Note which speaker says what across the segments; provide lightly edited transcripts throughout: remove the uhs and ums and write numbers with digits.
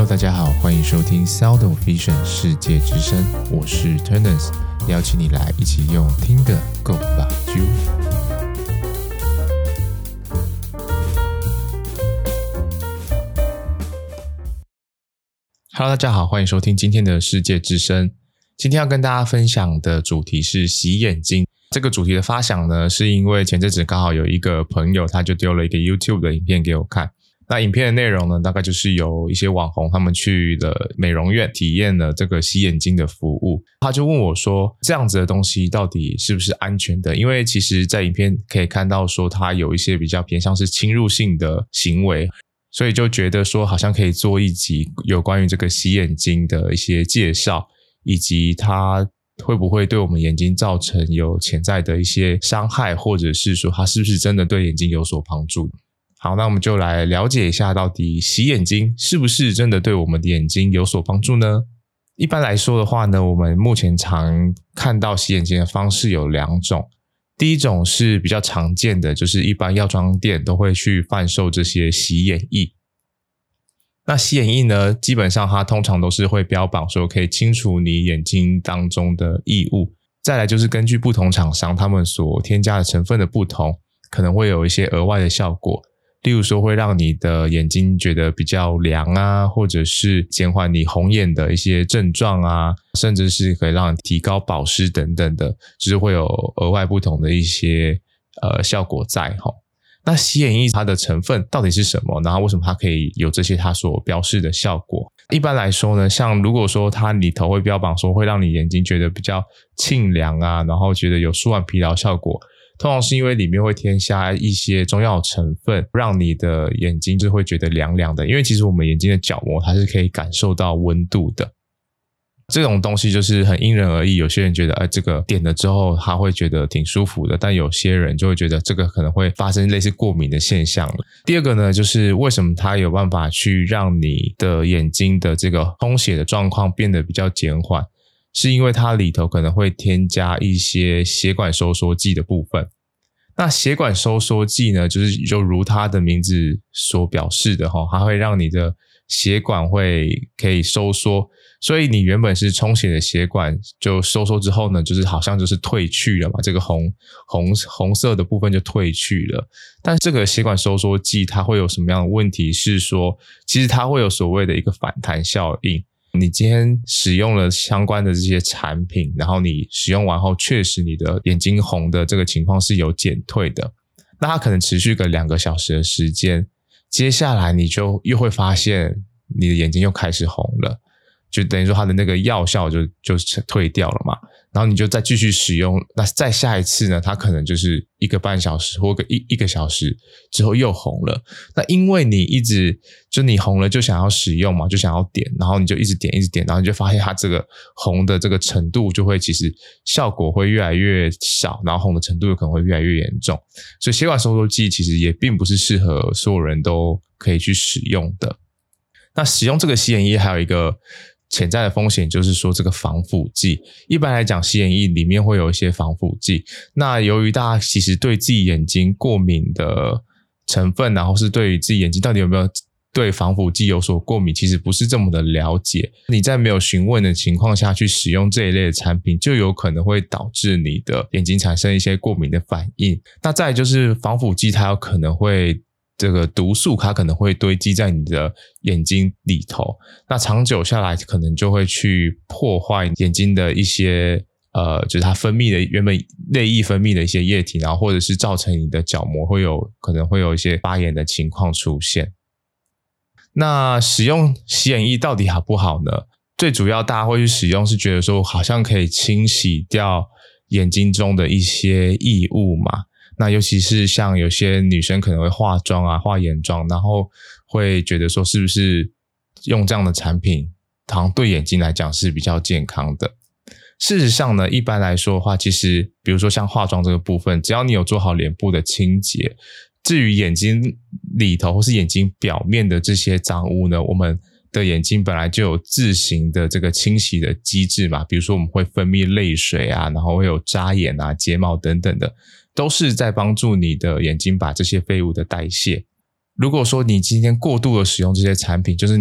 Speaker 1: Hello， 大家好，欢迎收听 Sound of Vision 世界之声，我是 Turners， 邀请你来一起用听的 Go 吧啾。Hello， 大家好，欢迎收听今天的世界之声。今天要跟大家分享的主题是洗眼睛。这个主题的发想呢，是因为前阵子刚好有一个朋友，他就丢了一个 YouTube 的影片给我看。那影片的内容呢，大概就是有一些网红他们去了美容院体验了这个洗眼睛的服务。他就问我说，这样子的东西到底是不是安全的？因为其实在影片可以看到说，它有一些比较偏向是侵入性的行为，所以就觉得说好像可以做一集有关于这个洗眼睛的一些介绍，以及它会不会对我们眼睛造成有潜在的一些伤害，或者是说它是不是真的对眼睛有所帮助。好，那我们就来了解一下到底洗眼睛是不是真的对我们的眼睛有所帮助呢？一般来说的话呢，我们目前常看到洗眼睛的方式有两种。第一种是比较常见的，就是一般药妆店都会去贩售这些洗眼液。那洗眼液呢，基本上它通常都是会标榜说可以清除你眼睛当中的异物。再来就是根据不同厂商他们所添加的成分的不同，可能会有一些额外的效果。例如说会让你的眼睛觉得比较凉啊，或者是减缓你红眼的一些症状啊，甚至是可以让你提高保湿等等的，就是会有额外不同的一些效果在齁。那洗眼液它的成分到底是什么？然后为什么它可以有这些它所标示的效果？一般来说呢，像如果说它里头会标榜说会让你眼睛觉得比较沁凉啊，然后觉得有舒缓疲劳效果，通常是因为里面会添加一些中药成分，让你的眼睛就会觉得凉凉的。因为其实我们眼睛的角膜它是可以感受到温度的。这种东西就是很因人而异，有些人觉得这个点了之后他会觉得挺舒服的，但有些人就会觉得这个可能会发生类似过敏的现象了。第二个呢，就是为什么它有办法去让你的眼睛的这个充血的状况变得比较减缓，是因为它里头可能会添加一些血管收缩剂的部分。那血管收缩剂呢，就如它的名字所表示的它会让你的血管可以收缩，所以你原本是充血的血管就收缩之后呢，就是好像就是退去了嘛，这个红色的部分就退去了。但这个血管收缩剂它会有什么样的问题，是说其实它会有所谓的一个反弹效应。你今天使用了相关的这些产品，然后你使用完后确实你的眼睛红的这个情况是有减退的，那它可能持续个2个小时的时间，接下来你就又会发现你的眼睛又开始红了，就等于说它的那个药效就退掉了嘛，然后你就再继续使用，那再下一次呢，它可能就是1个半小时或一个小时之后又红了。那因为你一直就你红了就想要使用嘛，就想要点，然后你就一直点，然后你就发现它这个红的这个程度就会其实效果会越来越少，然后红的程度可能会越来越严重。所以血管收缩剂其实也并不是适合所有人都可以去使用的。那使用这个洗眼液还有一个潜在的风险，就是说这个防腐剂。一般来讲，洗眼液里面会有一些防腐剂。那由于大家其实对自己眼睛过敏的成分，然后是对于自己眼睛到底有没有对防腐剂有所过敏，其实不是这么的了解。你在没有询问的情况下去使用这一类的产品，就有可能会导致你的眼睛产生一些过敏的反应。那再来就是防腐剂，它有可能会这个毒素它可能会堆积在你的眼睛里头，那长久下来可能就会去破坏眼睛的一些就是它分泌的原本泪液分泌的一些液体，然后或者是造成你的角膜可能会有一些发炎的情况出现。那使用洗眼液到底好不好呢？最主要大家会去使用是觉得说好像可以清洗掉眼睛中的一些异物嘛。那尤其是像有些女生可能会化妆啊、化眼妆，然后会觉得说是不是用这样的产品好像对眼睛来讲是比较健康的。事实上呢，一般来说的话，其实比如说像化妆这个部分，只要你有做好脸部的清洁，至于眼睛里头或是眼睛表面的这些脏污呢，我们的眼睛本来就有自行的这个清洗的机制嘛，比如说我们会分泌泪水啊，然后会有眨眼啊、睫毛等等的，都是在帮助你的眼睛把这些废物的代谢。如果说你今天过度的使用这些产品，就是你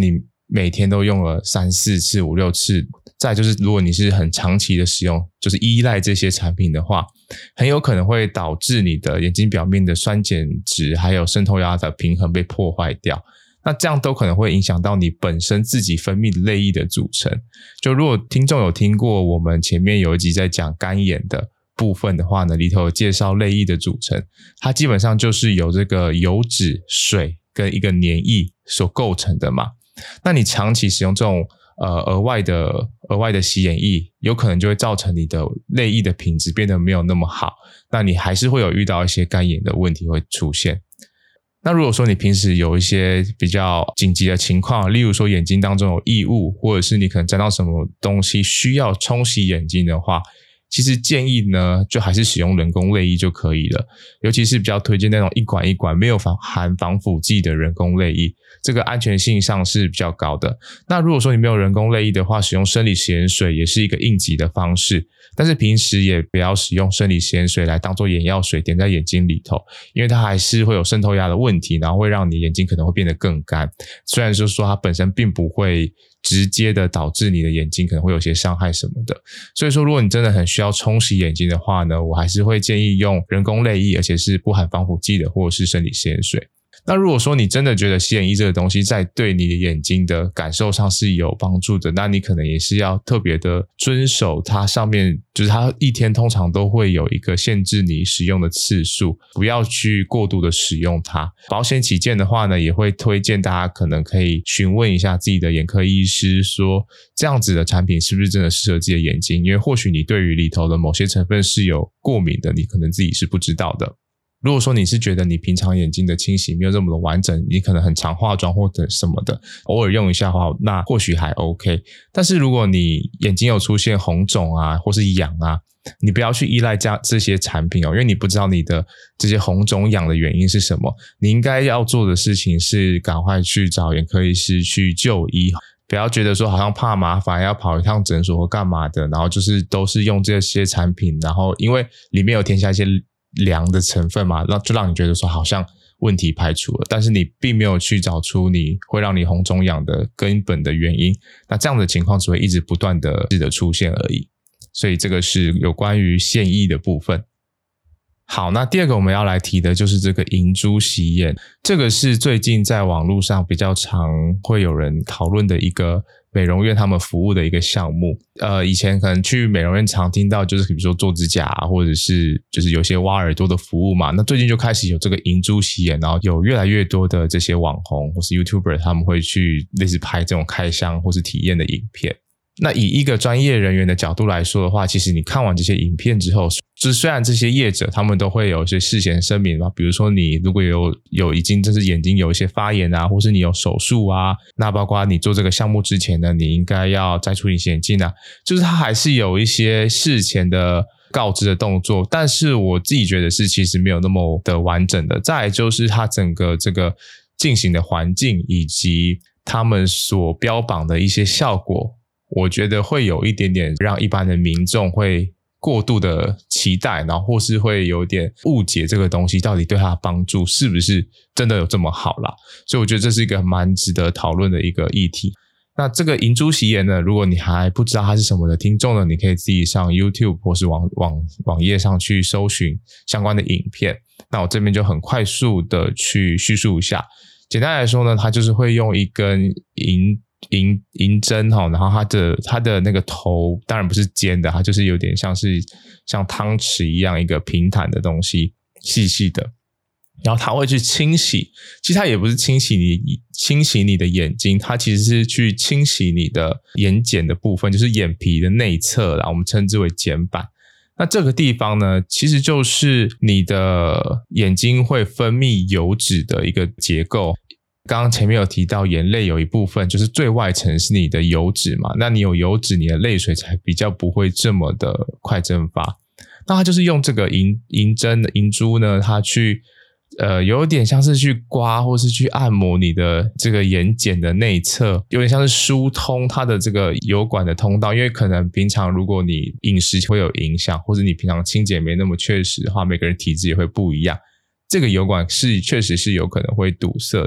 Speaker 1: 每天都用了3-4次、5-6次，再来就是如果你是很长期的使用，就是依赖这些产品的话，很有可能会导致你的眼睛表面的酸碱值还有渗透压的平衡被破坏掉。那这样都可能会影响到你本身自己分泌的泪液的组成。就如果听众有听过我们前面有一集在讲干眼的部分的话呢，里头有介绍泪液的组成，它基本上就是由这个油脂、水跟一个黏液所构成的嘛。那你长期使用这种额外的洗眼液，有可能就会造成你的泪液的品质变得没有那么好，那你还是会有遇到一些干眼的问题会出现。那如果说你平时有一些比较紧急的情况，例如说眼睛当中有异物，或者是你可能沾到什么东西需要冲洗眼睛的话，其实建议呢就还是使用人工泪液就可以了，尤其是比较推荐那种一管一管没有含防腐剂的人工泪液，这个安全性上是比较高的。那如果说你没有人工泪液的话，使用生理食盐水也是一个应急的方式，但是平时也不要使用生理食盐水来当做眼药水点在眼睛里头，因为它还是会有渗透压的问题，然后会让你眼睛可能会变得更干，虽然就是说它本身并不会直接的导致你的眼睛可能会有些伤害什么的。所以说如果你真的很需要冲洗眼睛的话呢，我还是会建议用人工泪液，而且是不含防腐剂的或者是生理食盐水。那如果说你真的觉得洗眼液这个东西在对你的眼睛的感受上是有帮助的，那你可能也是要特别的遵守它上面，就是它一天通常都会有一个限制你使用的次数，不要去过度的使用它。保险起见的话呢，也会推荐大家可能可以询问一下自己的眼科医师，说这样子的产品是不是真的适合自己的眼睛，因为或许你对于里头的某些成分是有过敏的，你可能自己是不知道的。如果说你是觉得你平常眼睛的清洗没有这么的完整，你可能很常化妆或者什么的，偶尔用一下的话，那或许还 OK。但是如果你眼睛有出现红肿啊或是痒啊，你不要去依赖这些产品因为你不知道你的这些红肿痒的原因是什么。你应该要做的事情是赶快去找眼科医师去就医，不要觉得说好像怕麻烦要跑一趟诊所或干嘛的，然后就是都是用这些产品，然后因为里面有添加一些凉的成分嘛，就让你觉得说好像问题排除了，但是你并没有去找出你会让你红肿痒的根本的原因，那这样的情况只会一直不断的出现而已。所以这个是有关于线液的部分。好，那第二个我们要来提的就是这个银珠洗眼，这个是最近在网络上比较常会有人讨论的一个美容院他们服务的一个项目。以前可能去美容院常听到就是比如说做指甲或者是就是有些挖耳朵的服务嘛，那最近就开始有这个银珠洗眼，然后有越来越多的这些网红或是 YouTuber 他们会去类似拍这种开箱或是体验的影片。那以一个专业人员的角度来说的话，其实你看完这些影片之后，就是虽然这些业者他们都会有一些事前声明嘛，比如说你如果有已经就是眼睛有一些发炎啊，或是你有手术啊，那包括你做这个项目之前呢，你应该要摘出隐形眼镜啊，就是它还是有一些事前的告知的动作，但是我自己觉得是其实没有那么的完整的。再来就是它整个这个进行的环境以及他们所标榜的一些效果，我觉得会有一点点让一般的民众会过度的期待，然后或是会有点误解这个东西到底对他的帮助是不是真的有这么好啦。所以我觉得这是一个蛮值得讨论的一个议题。那这个银珠洗眼呢，如果你还不知道它是什么的听众呢，你可以自己上 YouTube 或是网页上去搜寻相关的影片。那我这边就很快速的去叙述一下。简单来说呢，它就是会用一根银针然后它的那个头当然不是尖的，它就是有点像汤匙一样一个平坦的东西，细细的，然后它会去清洗，其实它也不是清洗你的眼睛，它其实是去清洗你的眼睑的部分，就是眼皮的内侧啦，我们称之为睑板。那这个地方呢，其实就是你的眼睛会分泌油脂的一个结构。刚刚前面有提到眼泪有一部分就是最外层是你的油脂嘛，那你有油脂你的泪水才比较不会这么的快蒸发。那它就是用这个银针的银珠呢，它去有点像是去刮或是去按摩你的这个眼睑的内侧，有点像是疏通它的这个油管的通道，因为可能平常如果你饮食会有影响，或者你平常清洁没那么确实的话，每个人体质也会不一样，这个油管确实是有可能会堵塞的。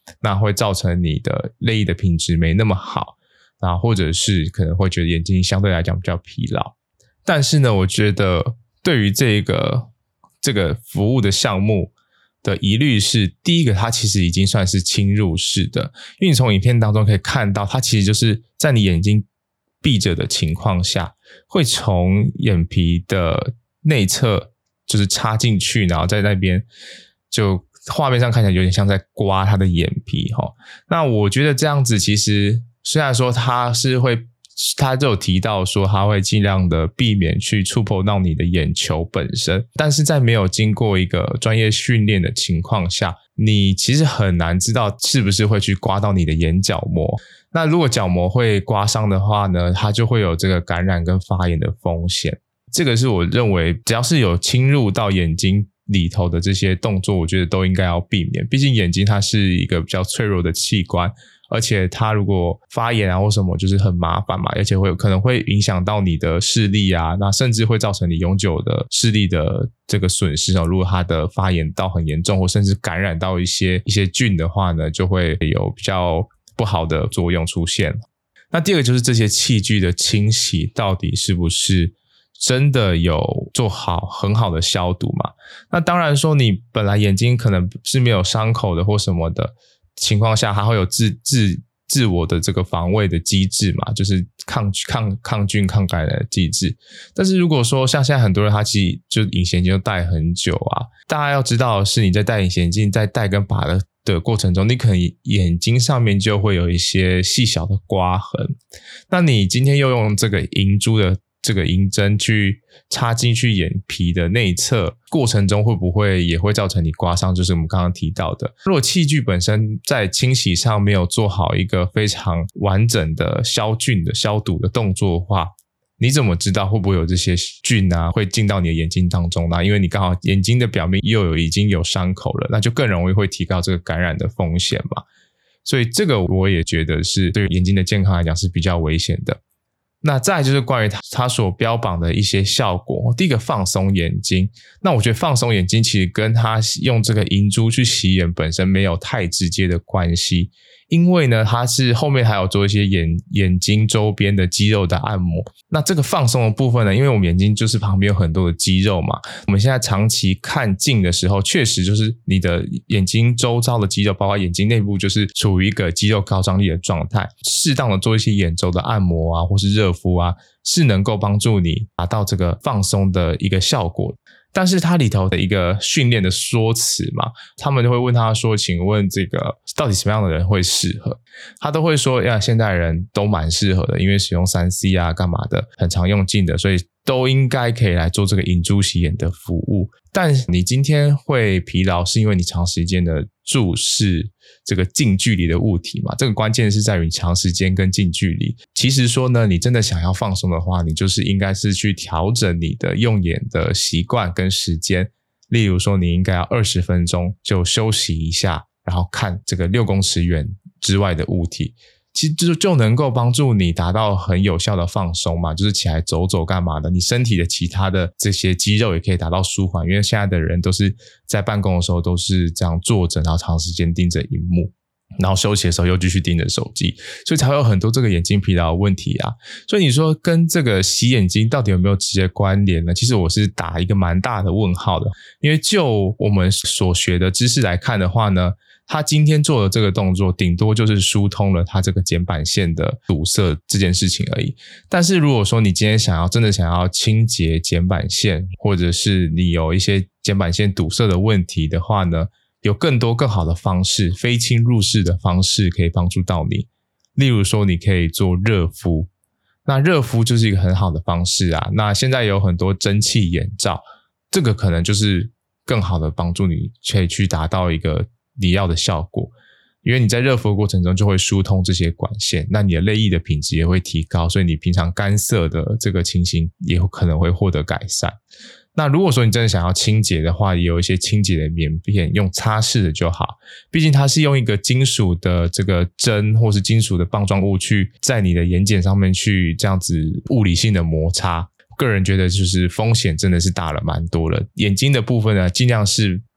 Speaker 1: 那会造成你的泪液的品质没那么好，那或者是可能会觉得眼睛相对来讲比较疲劳。但是呢，我觉得对于这个服务的项目的疑虑是，第一个它其实已经算是侵入式的，因为你从影片当中可以看到，它其实就是在你眼睛闭着的情况下，会从眼皮的内侧就是插进去，然后在那边就画面上看起来有点像在刮它的眼皮齁。那我觉得这样子其实虽然说他就有提到说他会尽量的避免去触碰到你的眼球本身，但是在没有经过一个专业训练的情况下，你其实很难知道是不是会去刮到你的眼角膜。那如果角膜会刮伤的话呢，它就会有这个感染跟发炎的风险。这个是我认为只要是有侵入到眼睛里头的这些动作，我觉得都应该要避免，毕竟眼睛它是一个比较脆弱的器官，而且它如果发炎啊或什么就是很麻烦嘛，而且可能会影响到你的视力啊，那甚至会造成你永久的视力的这个损失如果它的发炎到很严重，或甚至感染到一些菌的话呢，就会有比较不好的作用出现。那第二个就是这些器具的清洗到底是不是真的有做好很好的消毒嘛？那当然说你本来眼睛可能是没有伤口的或什么的情况下，它会有自我的这个防卫的机制嘛，就是抗菌抗感染的机制。但是如果说像现在很多人他其实就隐形眼镜就戴很久啊，大家要知道的是你在戴隐形眼镜在戴跟拔的过程中，你可能眼睛上面就会有一些细小的刮痕，那你今天又用这个银珠的这个银针去插进去眼皮的内侧，过程中会不会也会造成你刮伤，就是我们刚刚提到的。如果器具本身在清洗上没有做好一个非常完整的消菌的消毒的动作的话，你怎么知道会不会有这些菌啊会进到你的眼睛当中呢？因为你刚好眼睛的表面已经有伤口了，那就更容易会提高这个感染的风险嘛。所以这个我也觉得是对眼睛的健康来讲是比较危险的。那再来就是关于它所标榜的一些效果。第一个放松眼睛，那我觉得放松眼睛其实跟它用这个银珠去洗眼本身没有太直接的关系，因为呢它是后面还有做一些眼睛周边的肌肉的按摩。那这个放松的部分呢，因为我们眼睛就是旁边有很多的肌肉嘛，我们现在长期看近的时候，确实就是你的眼睛周遭的肌肉包括眼睛内部就是处于一个肌肉高张力的状态，适当的做一些眼周的按摩啊或是热敷啊，是能够帮助你达到这个放松的一个效果。但是它里头的一个训练的说辞嘛，他们就会问他说，请问这个到底什么样的人会适合？他都会说呀，现代人都蛮适合的，因为使用 3C 啊干嘛的很常用尽的，所以都应该可以来做这个银珠洗眼的服务。但你今天会疲劳是因为你长时间的注视这个近距离的物体嘛，这个关键是在于长时间跟近距离。其实说呢，你真的想要放松的话，你就是应该是去调整你的用眼的习惯跟时间。例如说你应该要20分钟就休息一下，然后看这个6公尺远之外的物体，其实就能够帮助你达到很有效的放松嘛，就是起来走走干嘛的，你身体的其他的这些肌肉也可以达到舒缓，因为现在的人都是在办公的时候都是这样坐着，然后长时间盯着萤幕，然后休息的时候又继续盯着手机，所以才会有很多这个眼睛疲劳的问题啊。所以你说跟这个洗眼睛到底有没有直接关联呢？其实我是打一个蛮大的问号的，因为就我们所学的知识来看的话呢，他今天做的这个动作顶多就是疏通了他这个睑板腺的堵塞这件事情而已。但是如果说你今天真的想要清洁睑板腺，或者是你有一些睑板腺堵塞的问题的话呢，有更多更好的方式，非侵入式的方式可以帮助到你。例如说你可以做热敷，那热敷就是一个很好的方式啊。那现在有很多蒸汽眼罩，这个可能就是更好的帮助你可以去达到一个你要的效果，因为你在热敷的过程中就会疏通这些管线，那你的泪液的品质也会提高，所以你平常干涩的这个情形也有可能会获得改善。那如果说你真的想要清洁的话，也有一些清洁的棉片，用擦拭的就好，毕竟它是用一个金属的这个针或是金属的棒状物去在你的眼睑上面去这样子物理性的摩擦，个人觉得就是风险真的是大了蛮多了。眼睛的部分呢，尽量是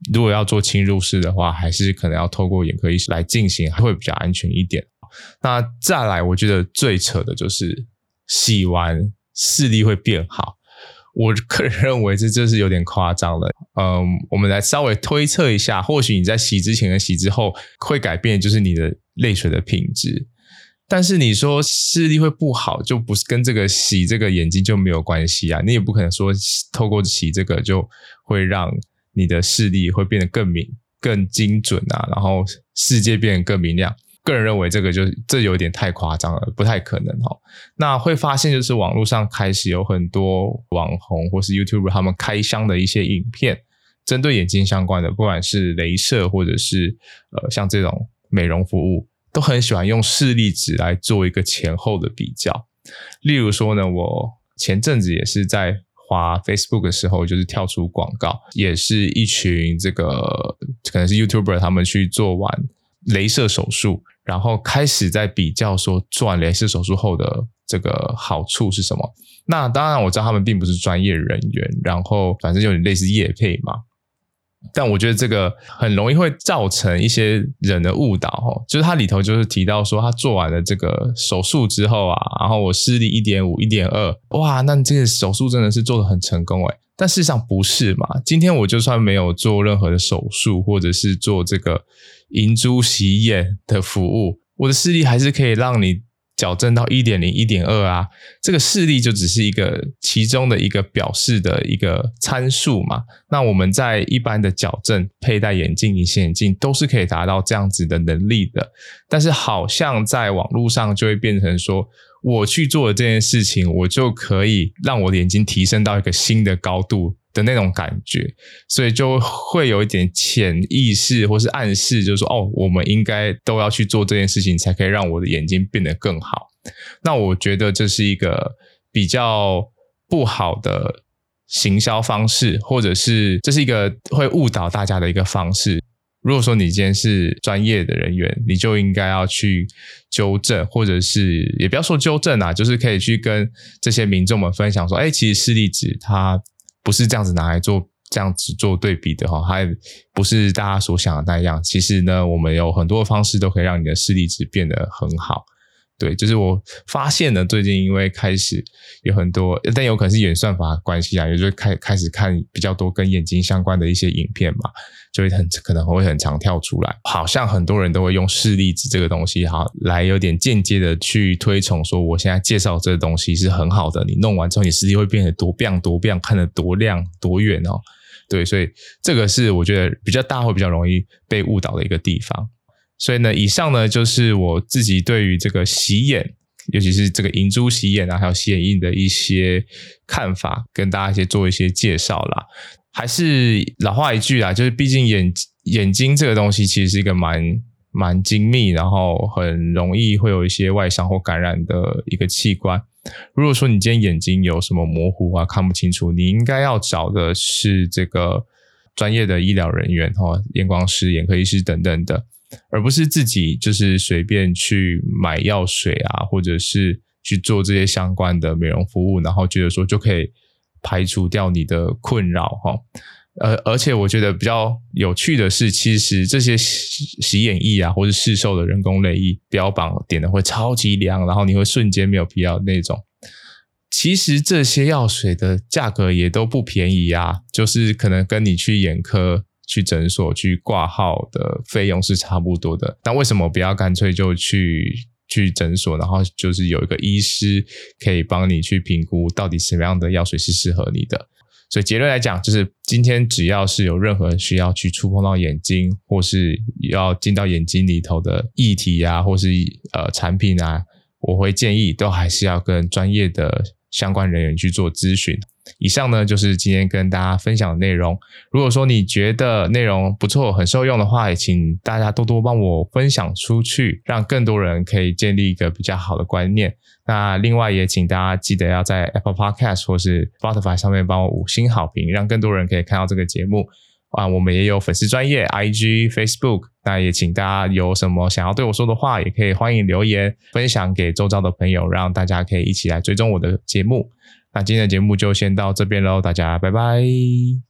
Speaker 1: 如果要做侵入式的话，还是可能要透过眼科医师来进行，会比较安全一点。那再来我觉得最扯的就是洗完视力会变好，我个人认为这就是有点夸张了。我们来稍微推测一下，或许你在洗之前跟洗之后会改变就是你的泪水的品质，但是你说视力会不好，就不是跟这个洗这个眼睛就没有关系啊，你也不可能说透过洗这个就会让你的视力会变得更精准啊，然后世界变得更明亮。个人认为这有点太夸张了，不太可能齁。那会发现就是网络上开始有很多网红或是 YouTuber 他们开箱的一些影片，针对眼睛相关的，不管是雷射或者是像这种美容服务，都很喜欢用视力值来做一个前后的比较。例如说呢，我前阵子也是在滑 Facebook 的时候，就是跳出广告，也是一群这个可能是 YouTuber 他们去做完雷射手术，然后开始在比较说做完雷射手术后的这个好处是什么。那当然我知道他们并不是专业人员，然后反正有点类似业配嘛，但我觉得这个很容易会造成一些人的误导，就是他里头就是提到说他做完了这个手术之后啊，然后我视力 1.5 1.2， 哇，那这个手术真的是做得很成功耶。但事实上不是嘛，今天我就算没有做任何的手术，或者是做这个银珠洗眼的服务，我的视力还是可以让你矫正到 1.0 1.2 啊，这个视力就只是一个其中的一个表示的一个参数嘛。那我们在一般的矫正佩戴眼镜隐形眼镜都是可以达到这样子的能力的，但是好像在网络上就会变成说我去做的这件事情，我就可以让我的眼睛提升到一个新的高度的那种感觉，所以就会有一点潜意识或是暗示，就是说我们应该都要去做这件事情，才可以让我的眼睛变得更好。那我觉得这是一个比较不好的行销方式，或者是这是一个会误导大家的一个方式。如果说你今天是专业的人员，你就应该要去纠正，或者是也不要说纠正啊，就是可以去跟这些民众们分享说，其实视力值它不是这样子拿来做这样子做对比的它不是大家所想的那样。其实呢，我们有很多的方式都可以让你的视力值变得很好。对，就是我发现呢，最近因为开始有很多，但有可能是演算法的关系啊，也就是开始看比较多跟眼睛相关的一些影片嘛，就会可能会很常跳出来，好像很多人都会用视力值这个东西来有点间接的去推崇说我现在介绍这个东西是很好的，你弄完之后你视力会变得多亮，看得多亮多远对，所以这个是我觉得比较大会比较容易被误导的一个地方。所以呢，以上呢就是我自己对于这个洗眼，尤其是这个银珠洗眼啊，还有洗眼液的一些看法，跟大家做一些介绍啦。还是老话一句啦，就是毕竟眼睛这个东西其实是一个蛮精密，然后很容易会有一些外伤或感染的一个器官。如果说你今天眼睛有什么模糊啊，看不清楚，你应该要找的是这个专业的医疗人员验光师、眼科医师等等的，而不是自己就是随便去买药水啊，或者是去做这些相关的美容服务，然后觉得说就可以排除掉你的困扰而且我觉得比较有趣的是，其实这些洗眼液啊，或是市售的人工泪液，标榜点的会超级凉，然后你会瞬间没有疲劳的那种。其实这些药水的价格也都不便宜啊，就是可能跟你去眼科去诊所去挂号的费用是差不多的。那为什么不要干脆就去诊所，然后就是有一个医师可以帮你去评估到底什么样的药水是适合你的。所以结论来讲，就是今天只要是有任何需要去触碰到眼睛，或是要进到眼睛里头的液体啊，或是产品啊，我会建议都还是要跟专业的相关人员去做咨询。以上呢就是今天跟大家分享的内容。如果说你觉得内容不错，很受用的话，也请大家多多帮我分享出去，让更多人可以建立一个比较好的观念。那另外也请大家记得要在 Apple Podcast 或是 Spotify 上面帮我5星好评，让更多人可以看到这个节目我们也有粉丝专页 IG Facebook， 那也请大家有什么想要对我说的话，也可以欢迎留言分享给周遭的朋友，让大家可以一起来追踪我的节目。那今天的节目就先到这边咯，大家拜拜。